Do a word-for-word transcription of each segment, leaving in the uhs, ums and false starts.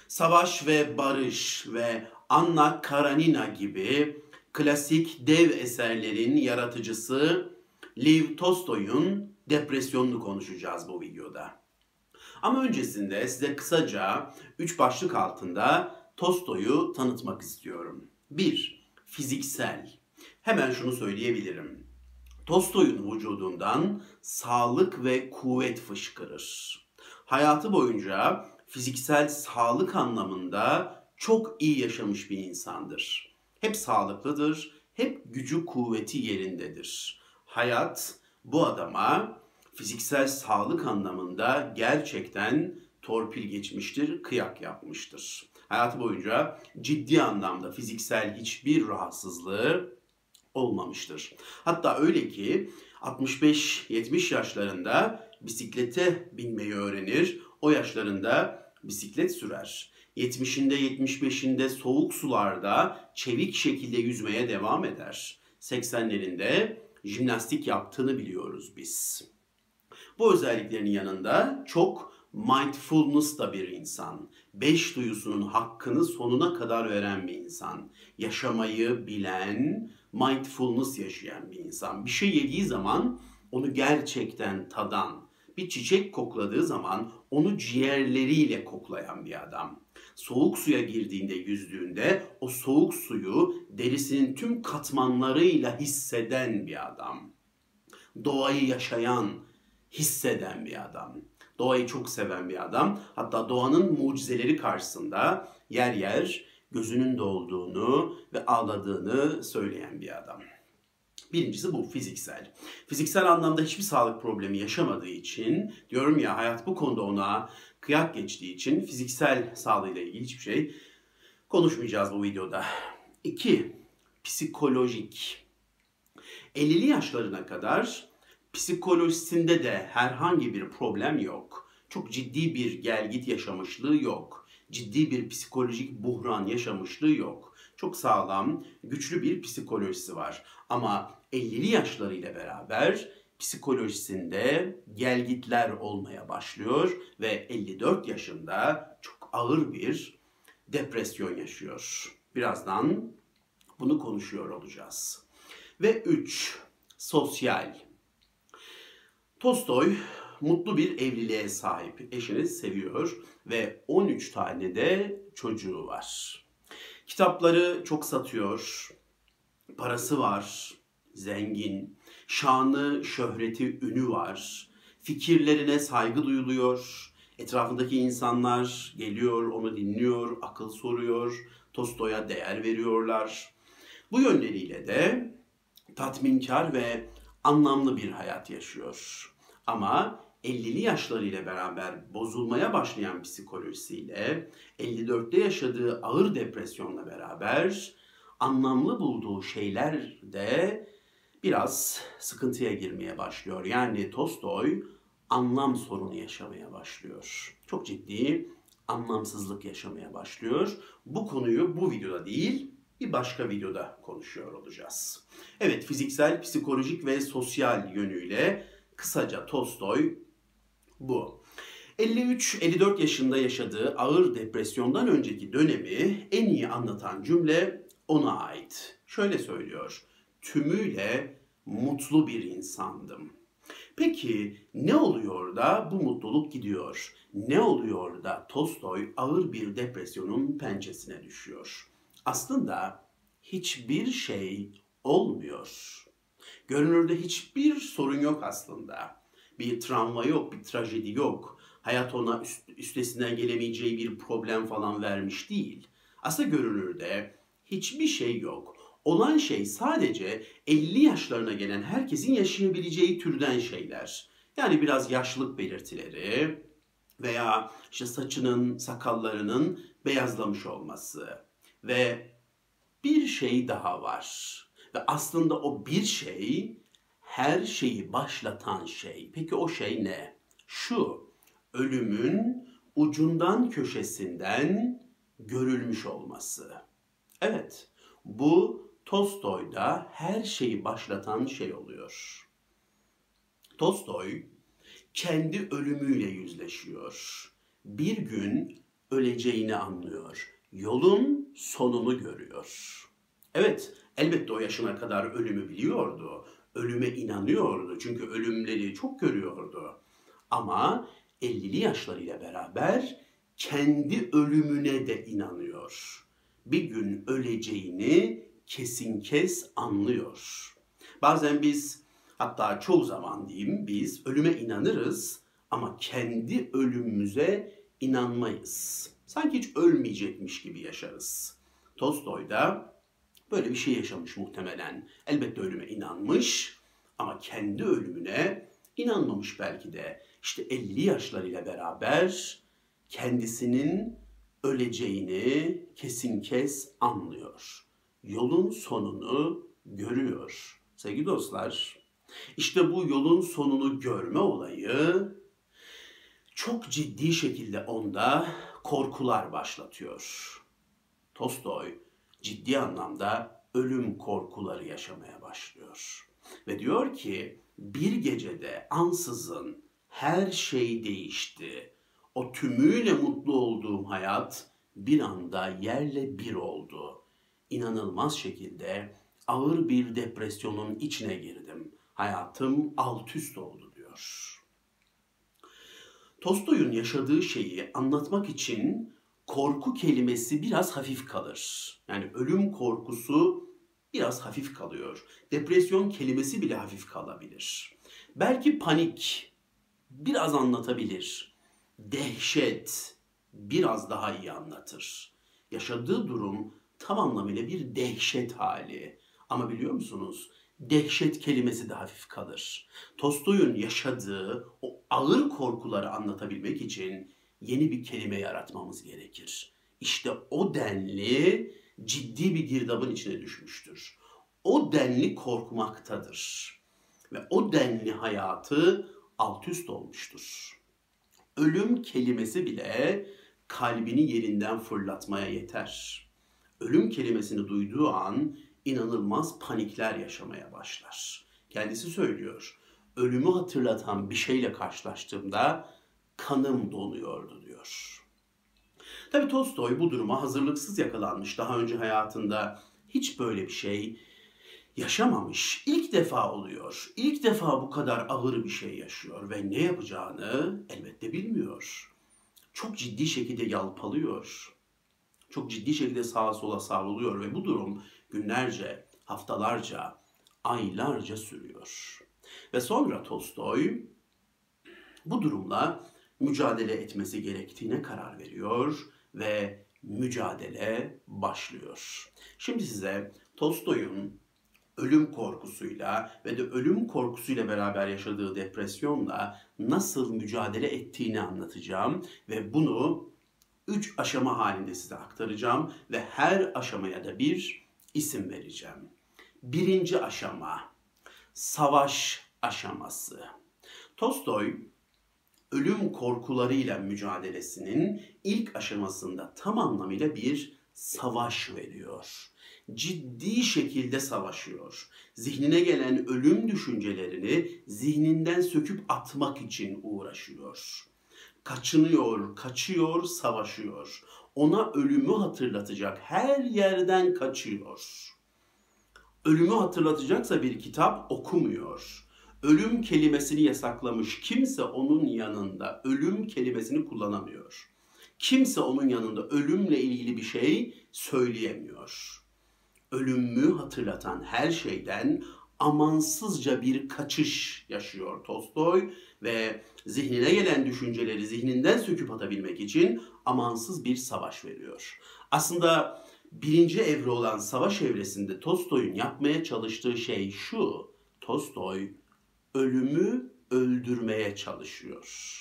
Savaş ve Barış ve Anna Karenina gibi klasik dev eserlerin yaratıcısı Lev Tolstoy'un depresyonunu konuşacağız bu videoda. Ama öncesinde size kısaca üç başlık altında Tolstoy'u tanıtmak istiyorum. bir. Fiziksel. Hemen şunu söyleyebilirim. Tolstoy'un vücudundan sağlık ve kuvvet fışkırır. Hayatı boyunca fiziksel sağlık anlamında çok iyi yaşamış bir insandır. Hep sağlıklıdır, hep gücü kuvveti yerindedir. Hayat bu adama fiziksel sağlık anlamında gerçekten torpil geçmiştir, kıyak yapmıştır. Hayatı boyunca ciddi anlamda fiziksel hiçbir rahatsızlığı olmamıştır. Hatta öyle ki altmış beş yetmiş yaşlarında bisiklete binmeyi öğrenir. O yaşlarında bisiklet sürer. yetmişinde yetmiş beşinde soğuk sularda çevik şekilde yüzmeye devam eder. seksenlerinde jimnastik yaptığını biliyoruz biz. Bu özelliklerinin yanında çok mindfulness da bir insan. Beş duyusunun hakkını sonuna kadar veren bir insan. Yaşamayı bilen, mindfulness yaşayan bir insan. Bir şey yediği zaman onu gerçekten tadan, bir çiçek kokladığı zaman onu ciğerleriyle koklayan bir adam. Soğuk suya girdiğinde, yüzdüğünde o soğuk suyu derisinin tüm katmanlarıyla hisseden bir adam. Doğayı yaşayan, hisseden bir adam. Doğayı çok seven bir adam. Hatta doğanın mucizeleri karşısında yer yer gözünün dolduğunu ve ağladığını söyleyen bir adam. Birincisi bu, fiziksel. Fiziksel anlamda hiçbir sağlık problemi yaşamadığı için, diyorum ya, hayat bu konuda ona kıyak geçtiği için fiziksel sağlığıyla ilgili hiçbir şey konuşmayacağız bu videoda. İki, psikolojik. ellili yaşlarına kadar psikolojisinde de herhangi bir problem yok. Çok ciddi bir gelgit yaşamışlığı yok. Ciddi bir psikolojik buhran yaşamışlığı yok. Çok sağlam, güçlü bir psikolojisi var. Ama ellili yaşlarıyla beraber psikolojisinde gelgitler olmaya başlıyor ve elli dört yaşında çok ağır bir depresyon yaşıyor. Birazdan bunu konuşuyor olacağız. Ve üç, sosyal. Tolstoy mutlu bir evliliğe sahip, eşini seviyor ve on üç tane de çocuğu var. Kitapları çok satıyor, parası var, zengin, şanı, şöhreti, ünü var, fikirlerine saygı duyuluyor, etrafındaki insanlar geliyor, onu dinliyor, akıl soruyor, Tolstoy'a değer veriyorlar. Bu yönleriyle de tatminkar ve anlamlı bir hayat yaşıyor. Ama ellili yaşlarıyla beraber bozulmaya başlayan psikolojisiyle elli dörtte yaşadığı ağır depresyonla beraber anlamlı bulduğu şeyler de biraz sıkıntıya girmeye başlıyor. Yani Tolstoy anlam sorunu yaşamaya başlıyor. Çok ciddi anlamsızlık yaşamaya başlıyor. Bu konuyu bu videoda değil, bir başka videoda konuşuyor olacağız. Evet, fiziksel, psikolojik ve sosyal yönüyle kısaca Tolstoy bu. elli üç elli dört yaşında yaşadığı ağır depresyondan önceki dönemi en iyi anlatan cümle ona ait. Şöyle söylüyor: tümüyle mutlu bir insandım. Peki ne oluyor da bu mutluluk gidiyor? Ne oluyor da Tolstoy ağır bir depresyonun pençesine düşüyor? Aslında hiçbir şey olmuyor. Görünürde hiçbir sorun yok aslında. Bir travma yok, bir trajedi yok. Hayat ona üst, üstesinden gelemeyeceği bir problem falan vermiş değil. Aslında görünürde hiçbir şey yok. Olan şey sadece elli yaşlarına gelen herkesin yaşayabileceği türden şeyler. Yani biraz yaşlılık belirtileri veya işte saçının, sakallarının beyazlamış olması. Ve bir şey daha var. Ve aslında o bir şey her şeyi başlatan şey. Peki o şey ne? Şu: ölümün ucundan köşesinden görülmüş olması. Evet, bu Tolstoy'da her şeyi başlatan şey oluyor. Tolstoy kendi ölümüyle yüzleşiyor. Bir gün öleceğini anlıyor. Yolun sonunu görüyor. Evet, elbette o yaşına kadar ölümü biliyordu. Ölüme inanıyordu çünkü ölümleri çok görüyordu. Ama ellili yaşlarıyla beraber kendi ölümüne de inanıyor. Bir gün öleceğini kesin kes anlıyor. Bazen biz, hatta çoğu zaman diyeyim, biz ölüme inanırız ama kendi ölümümüze inanmayız. Sanki hiç ölmeyecekmiş gibi yaşarız. Tolstoy da böyle bir şey yaşamış muhtemelen. Elbette ölüme inanmış ama kendi ölümüne inanmamış belki de. İşte elli yaşlarıyla beraber kendisinin öleceğini kesin kes anlıyor. Yolun sonunu görüyor. Sevgili dostlar, işte bu yolun sonunu görme olayı çok ciddi şekilde onda korkular başlatıyor. Tolstoy ciddi anlamda ölüm korkuları yaşamaya başlıyor. Ve diyor ki bir gecede ansızın her şey değişti. O tümüyle mutlu olduğum hayat bir anda yerle bir oldu. İnanılmaz şekilde ağır bir depresyonun içine girdim. Hayatım alt üst oldu diyor. Tolstoy'un yaşadığı şeyi anlatmak için korku kelimesi biraz hafif kalır. Yani ölüm korkusu biraz hafif kalıyor. Depresyon kelimesi bile hafif kalabilir. Belki panik biraz anlatabilir. Dehşet biraz daha iyi anlatır. Yaşadığı durum tam anlamıyla bir dehşet hali. Ama biliyor musunuz? Dehşet kelimesi de hafif kalır. Tolstoy'un yaşadığı o ağır korkuları anlatabilmek için yeni bir kelime yaratmamız gerekir. İşte o denli ciddi bir girdabın içine düşmüştür. O denli korkmaktadır. Ve o denli hayatı alt üst olmuştur. Ölüm kelimesi bile kalbini yerinden fırlatmaya yeter. Ölüm kelimesini duyduğu an inanılmaz panikler yaşamaya başlar. Kendisi söylüyor, ölümü hatırlatan bir şeyle karşılaştığımda kanım donuyordu diyor. Tabii Tolstoy bu duruma hazırlıksız yakalanmış. Daha önce hayatında hiç böyle bir şey yaşamamış. İlk defa oluyor. İlk defa bu kadar ağır bir şey yaşıyor ve ne yapacağını elbette bilmiyor. Çok ciddi şekilde yalpalıyor. Çok ciddi şekilde sağa sola savruluyor ve bu durum günlerce, haftalarca, aylarca sürüyor. Ve sonra Tolstoy bu durumla mücadele etmesi gerektiğine karar veriyor ve mücadele başlıyor. Şimdi size Tolstoy'un ölüm korkusuyla ve de ölüm korkusuyla beraber yaşadığı depresyonla nasıl mücadele ettiğini anlatacağım ve bunu üç aşama halinde size aktaracağım ve her aşamaya da bir isim vereceğim. Birinci aşama, savaş aşaması. Tolstoy, ölüm korkularıyla mücadelesinin ilk aşamasında tam anlamıyla bir savaş veriyor. Ciddi şekilde savaşıyor. Zihnine gelen ölüm düşüncelerini zihninden söküp atmak için uğraşıyor. Kaçınıyor, kaçıyor, savaşıyor. Ona ölümü hatırlatacak her yerden kaçıyor. Ölümü hatırlatacaksa bir kitap okumuyor. Ölüm kelimesini yasaklamış kimse onun yanında ölüm kelimesini kullanamıyor. Kimse onun yanında ölümle ilgili bir şey söyleyemiyor. Ölümü hatırlatan her şeyden amansızca bir kaçış yaşıyor Tolstoy ve zihnine gelen düşünceleri zihninden söküp atabilmek için amansız bir savaş veriyor. Aslında birinci evre olan savaş evresinde Tolstoy'un yapmaya çalıştığı şey şu: Tolstoy ölümü öldürmeye çalışıyor.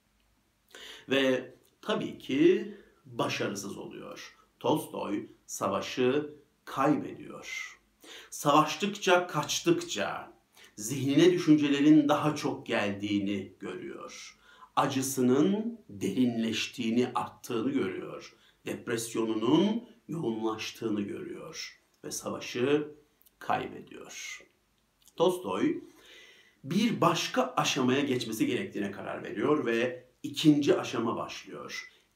Ve tabii ki başarısız oluyor. Tolstoy savaşı kaybediyor. Savaştıkça, kaçtıkça zihnine düşüncelerin daha çok geldiğini görüyor. Acısının derinleştiğini, arttığını görüyor. Depresyonunun yoğunlaştığını görüyor ve savaşı kaybediyor. Tolstoy bir başka aşamaya geçmesi gerektiğine karar veriyor ve ikinci aşama başlıyor.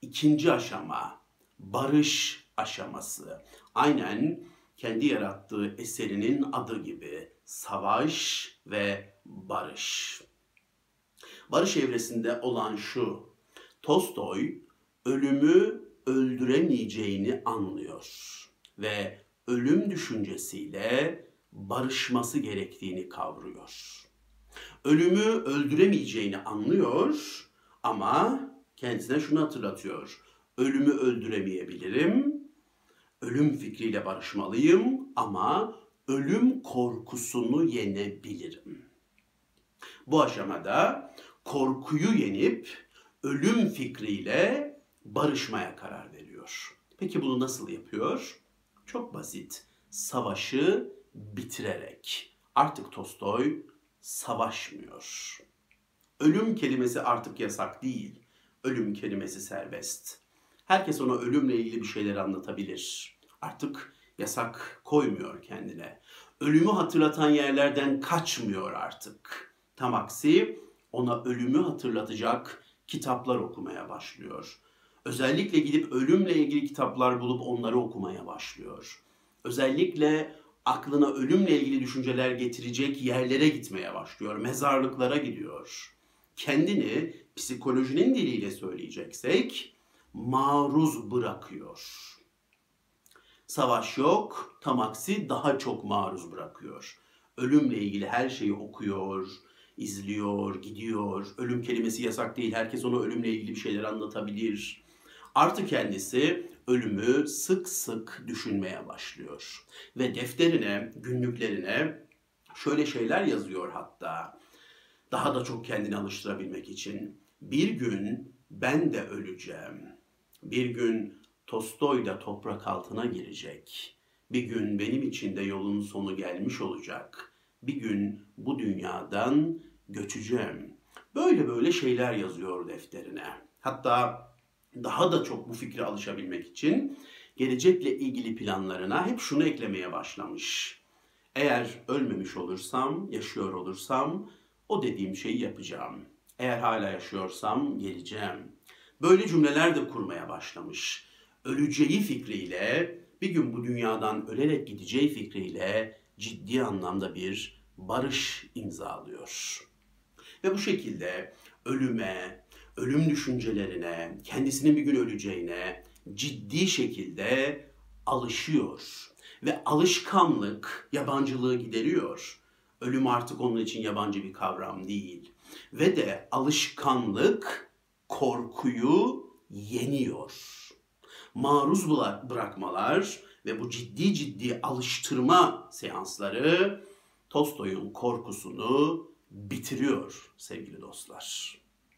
ikinci aşama, barış aşaması. Aynen kendi yarattığı eserinin adı gibi, savaş ve barış. Barış evresinde olan şu: Tolstoy ölümü öldüremeyeceğini anlıyor ve ölüm düşüncesiyle barışması gerektiğini kavruyor. Ölümü öldüremeyeceğini anlıyor ama kendisine şunu hatırlatıyor: ölümü öldüremeyebilirim, ölüm fikriyle barışmalıyım ama ölüm korkusunu yenebilirim. Bu aşamada korkuyu yenip ölüm fikriyle barışmaya karar veriyor. Peki bunu nasıl yapıyor? Çok basit. Savaşı bitirerek. Artık Tolstoy savaşmıyor. Ölüm kelimesi artık yasak değil. Ölüm kelimesi serbest. Herkes ona ölümle ilgili bir şeyler anlatabilir. Artık yasak koymuyor kendine. Ölümü hatırlatan yerlerden kaçmıyor artık. Tam aksi ona ölümü hatırlatacak kitaplar okumaya başlıyor. Özellikle gidip ölümle ilgili kitaplar bulup onları okumaya başlıyor. Özellikle aklına ölümle ilgili düşünceler getirecek yerlere gitmeye başlıyor. Mezarlıklara gidiyor. Kendini psikolojinin diliyle söyleyeceksek maruz bırakıyor. Savaş yok, tam aksi daha çok maruz bırakıyor. Ölümle ilgili her şeyi okuyor, izliyor, gidiyor. Ölüm kelimesi yasak değil, herkes ona ölümle ilgili bir şeyler anlatabilir. Artık kendisi ölümü sık sık düşünmeye başlıyor. Ve defterine, günlüklerine şöyle şeyler yazıyor hatta. Daha da çok kendini alıştırabilmek için. Bir gün ben de öleceğim. Bir gün Tolstoy da toprak altına girecek. Bir gün benim için de yolun sonu gelmiş olacak. Bir gün bu dünyadan göçeceğim. Böyle böyle şeyler yazıyor defterine. Hatta daha da çok bu fikre alışabilmek için gelecekle ilgili planlarına hep şunu eklemeye başlamış: eğer ölmemiş olursam, yaşıyor olursam o dediğim şeyi yapacağım. Eğer hala yaşıyorsam geleceğim. Böyle cümleler de kurmaya başlamış. Öleceği fikriyle, bir gün bu dünyadan ölerek gideceği fikriyle ciddi anlamda bir barış imzalıyor. Ve bu şekilde ölüme, ölüm düşüncelerine, kendisinin bir gün öleceğine ciddi şekilde alışıyor. Ve alışkanlık yabancılığı gideriyor. Ölüm artık onun için yabancı bir kavram değil. Ve de alışkanlık korkuyu yeniyor. Maruz bırakmalar ve bu ciddi ciddi alıştırma seansları Tolstoy'un korkusunu bitiriyor sevgili dostlar.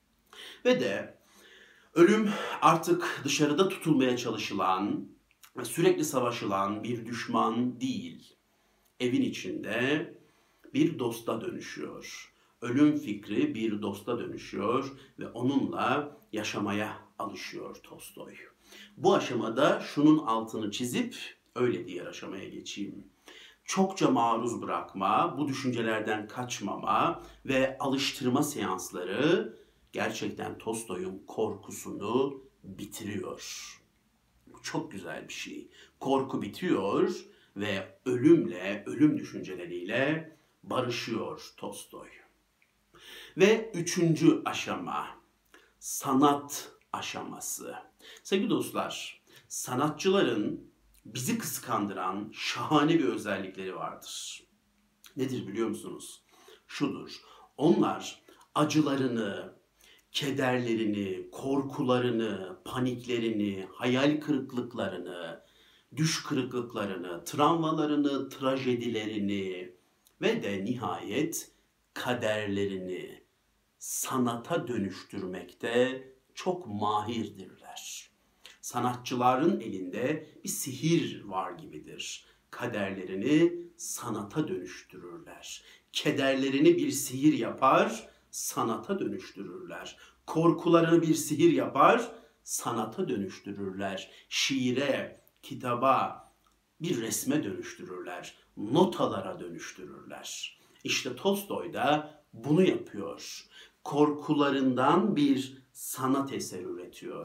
Ve de ölüm artık dışarıda tutulmaya çalışılan ve sürekli savaşılan bir düşman değil. Evin içinde bir dosta dönüşüyor. Ölüm fikri bir dosta dönüşüyor ve onunla yaşamaya alışıyor Tolstoy. Bu aşamada şunun altını çizip öyle diğer aşamaya geçeyim. Çokça maruz bırakma, bu düşüncelerden kaçmama ve alıştırma seansları gerçekten Tolstoy'un korkusunu bitiriyor. Bu çok güzel bir şey. Korku bitiyor ve ölümle, ölüm düşünceleriyle barışıyor Tolstoy. Ve üçüncü aşama, sanat aşaması. Sevgili dostlar, sanatçıların bizi kıskandıran şahane bir özellikleri vardır. Nedir biliyor musunuz? Şudur: onlar acılarını, kederlerini, korkularını, paniklerini, hayal kırıklıklarını, düş kırıklıklarını, travmalarını, trajedilerini ve de nihayet kaderlerini sanata dönüştürmekte çok mahirdirler. Sanatçıların elinde bir sihir var gibidir. Kaderlerini sanata dönüştürürler. Kederlerini bir sihir yapar, sanata dönüştürürler. Korkularını bir sihir yapar, sanata dönüştürürler. Şiire, kitaba, bir resme dönüştürürler. Notalara dönüştürürler. İşte Tolstoy da bunu yapıyor. Korkularından bir sanat eseri üretiyor.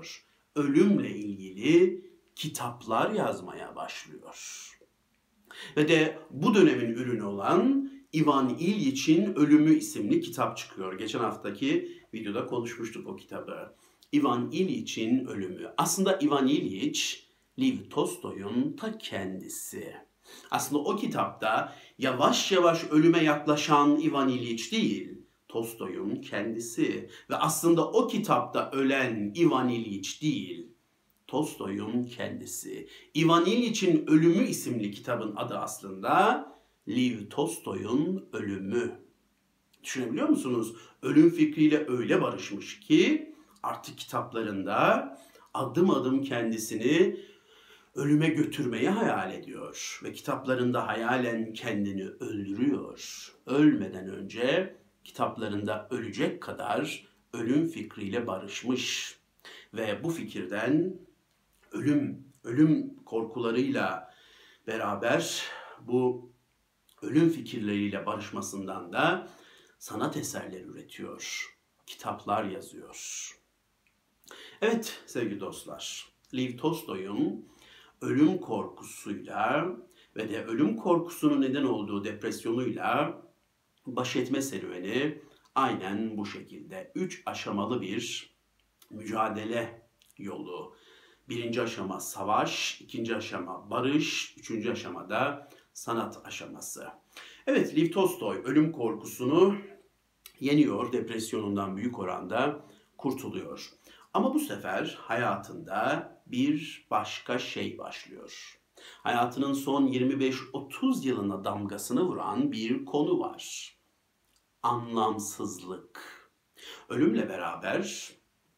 ölümle ilgili kitaplar yazmaya başlıyor. Ve de bu dönemin ürünü olan Ivan İlyiç'in Ölümü isimli kitap çıkıyor. Geçen haftaki videoda konuşmuştuk o kitabı. Ivan İlyiç'in Ölümü. Aslında Ivan İlyiç, Lev Tolstoy'un ta kendisi. Aslında o kitapta yavaş yavaş ölüme yaklaşan Ivan İlyiç değil, Tolstoy'un kendisi. Ve aslında o kitapta ölen Ivan İlyiç değil, Tolstoy'un kendisi. Ivan İlyiç'in Ölümü isimli kitabın adı aslında Lev Tolstoy'un Ölümü. Düşünebiliyor musunuz? Ölüm fikriyle öyle barışmış ki artık kitaplarında adım adım kendisini ölüme götürmeyi hayal ediyor. Ve kitaplarında hayalen kendini öldürüyor. Ölmeden önce kitaplarında ölecek kadar ölüm fikriyle barışmış. Ve bu fikirden ölüm, ölüm korkularıyla beraber bu ölüm fikirleriyle barışmasından da sanat eserleri üretiyor, kitaplar yazıyor. Evet sevgili dostlar, Lev Tolstoy'un ölüm korkusuyla ve de ölüm korkusunun neden olduğu depresyonuyla baş etme serüveni aynen bu şekilde. Üç aşamalı bir mücadele yolu. Birinci aşama savaş, ikinci aşama barış, üçüncü aşamada sanat aşaması. Evet, Lev Tolstoy ölüm korkusunu yeniyor, depresyonundan büyük oranda kurtuluyor. Ama bu sefer hayatında bir başka şey başlıyor. Hayatının son yirmi beş otuz yılına damgasını vuran bir konu var. Anlamsızlık. Ölümle beraber,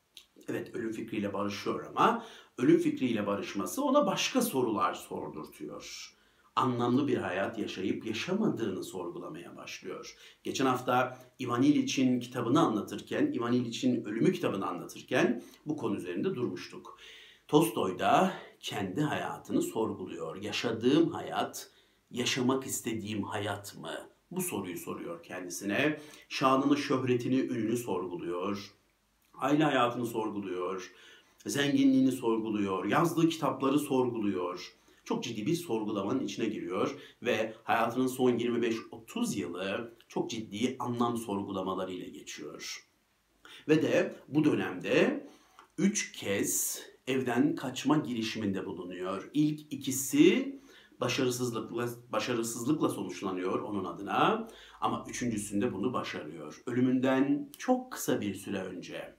evet ölüm fikriyle barışıyor ama ölüm fikriyle barışması ona başka sorular sordurtuyor. Anlamlı bir hayat yaşayıp yaşamadığını sorgulamaya başlıyor. Geçen hafta Ivan İlyiç'in kitabını anlatırken, Ivan İlyiç'in Ölümü kitabını anlatırken bu konu üzerinde durmuştuk. Tolstoy da kendi hayatını sorguluyor. Yaşadığım hayat, yaşamak istediğim hayat mı? Bu soruyu soruyor kendisine. Şanını, şöhretini, ününü sorguluyor. Aile hayatını sorguluyor. Zenginliğini sorguluyor. Yazdığı kitapları sorguluyor. Çok ciddi bir sorgulamanın içine giriyor ve hayatının son yirmi beş otuz yılı çok ciddi anlam sorgulamalarıyla geçiyor. Ve de bu dönemde üç kez evden kaçma girişiminde bulunuyor. İlk ikisi başarısızlıkla, başarısızlıkla sonuçlanıyor onun adına ama üçüncüsünde bunu başarıyor. Ölümünden çok kısa bir süre önce,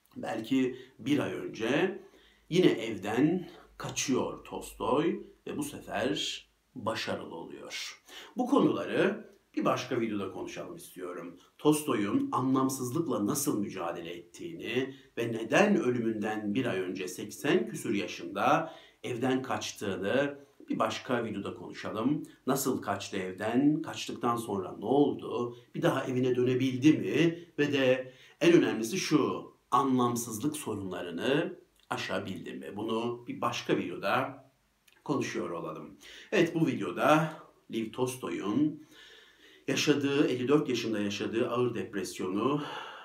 belki bir ay önce yine evden kaçıyor Tolstoy ve bu sefer başarılı oluyor. Bu konuları bir başka videoda konuşalım istiyorum. Tolstoy'un anlamsızlıkla nasıl mücadele ettiğini ve neden ölümünden bir ay önce seksen küsur yaşında evden kaçtığını bir başka videoda konuşalım. Nasıl kaçtı evden, kaçtıktan sonra ne oldu, bir daha evine dönebildi mi ve de en önemlisi şu, anlamsızlık sorunlarını aşabildi mi? Bunu bir başka videoda konuşuyor olalım. Evet, bu videoda Lev Tolstoy'un yaşadığı, elli dört yaşında yaşadığı ağır depresyonu,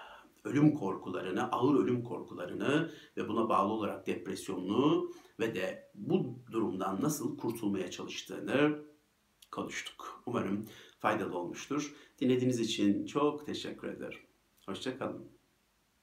ölüm korkularını, ağır ölüm korkularını ve buna bağlı olarak depresyonunu ve de bu durumdan nasıl kurtulmaya çalıştığını konuştuk. Umarım faydalı olmuştur. Dinlediğiniz için çok teşekkür ederim. Hoşça kalın.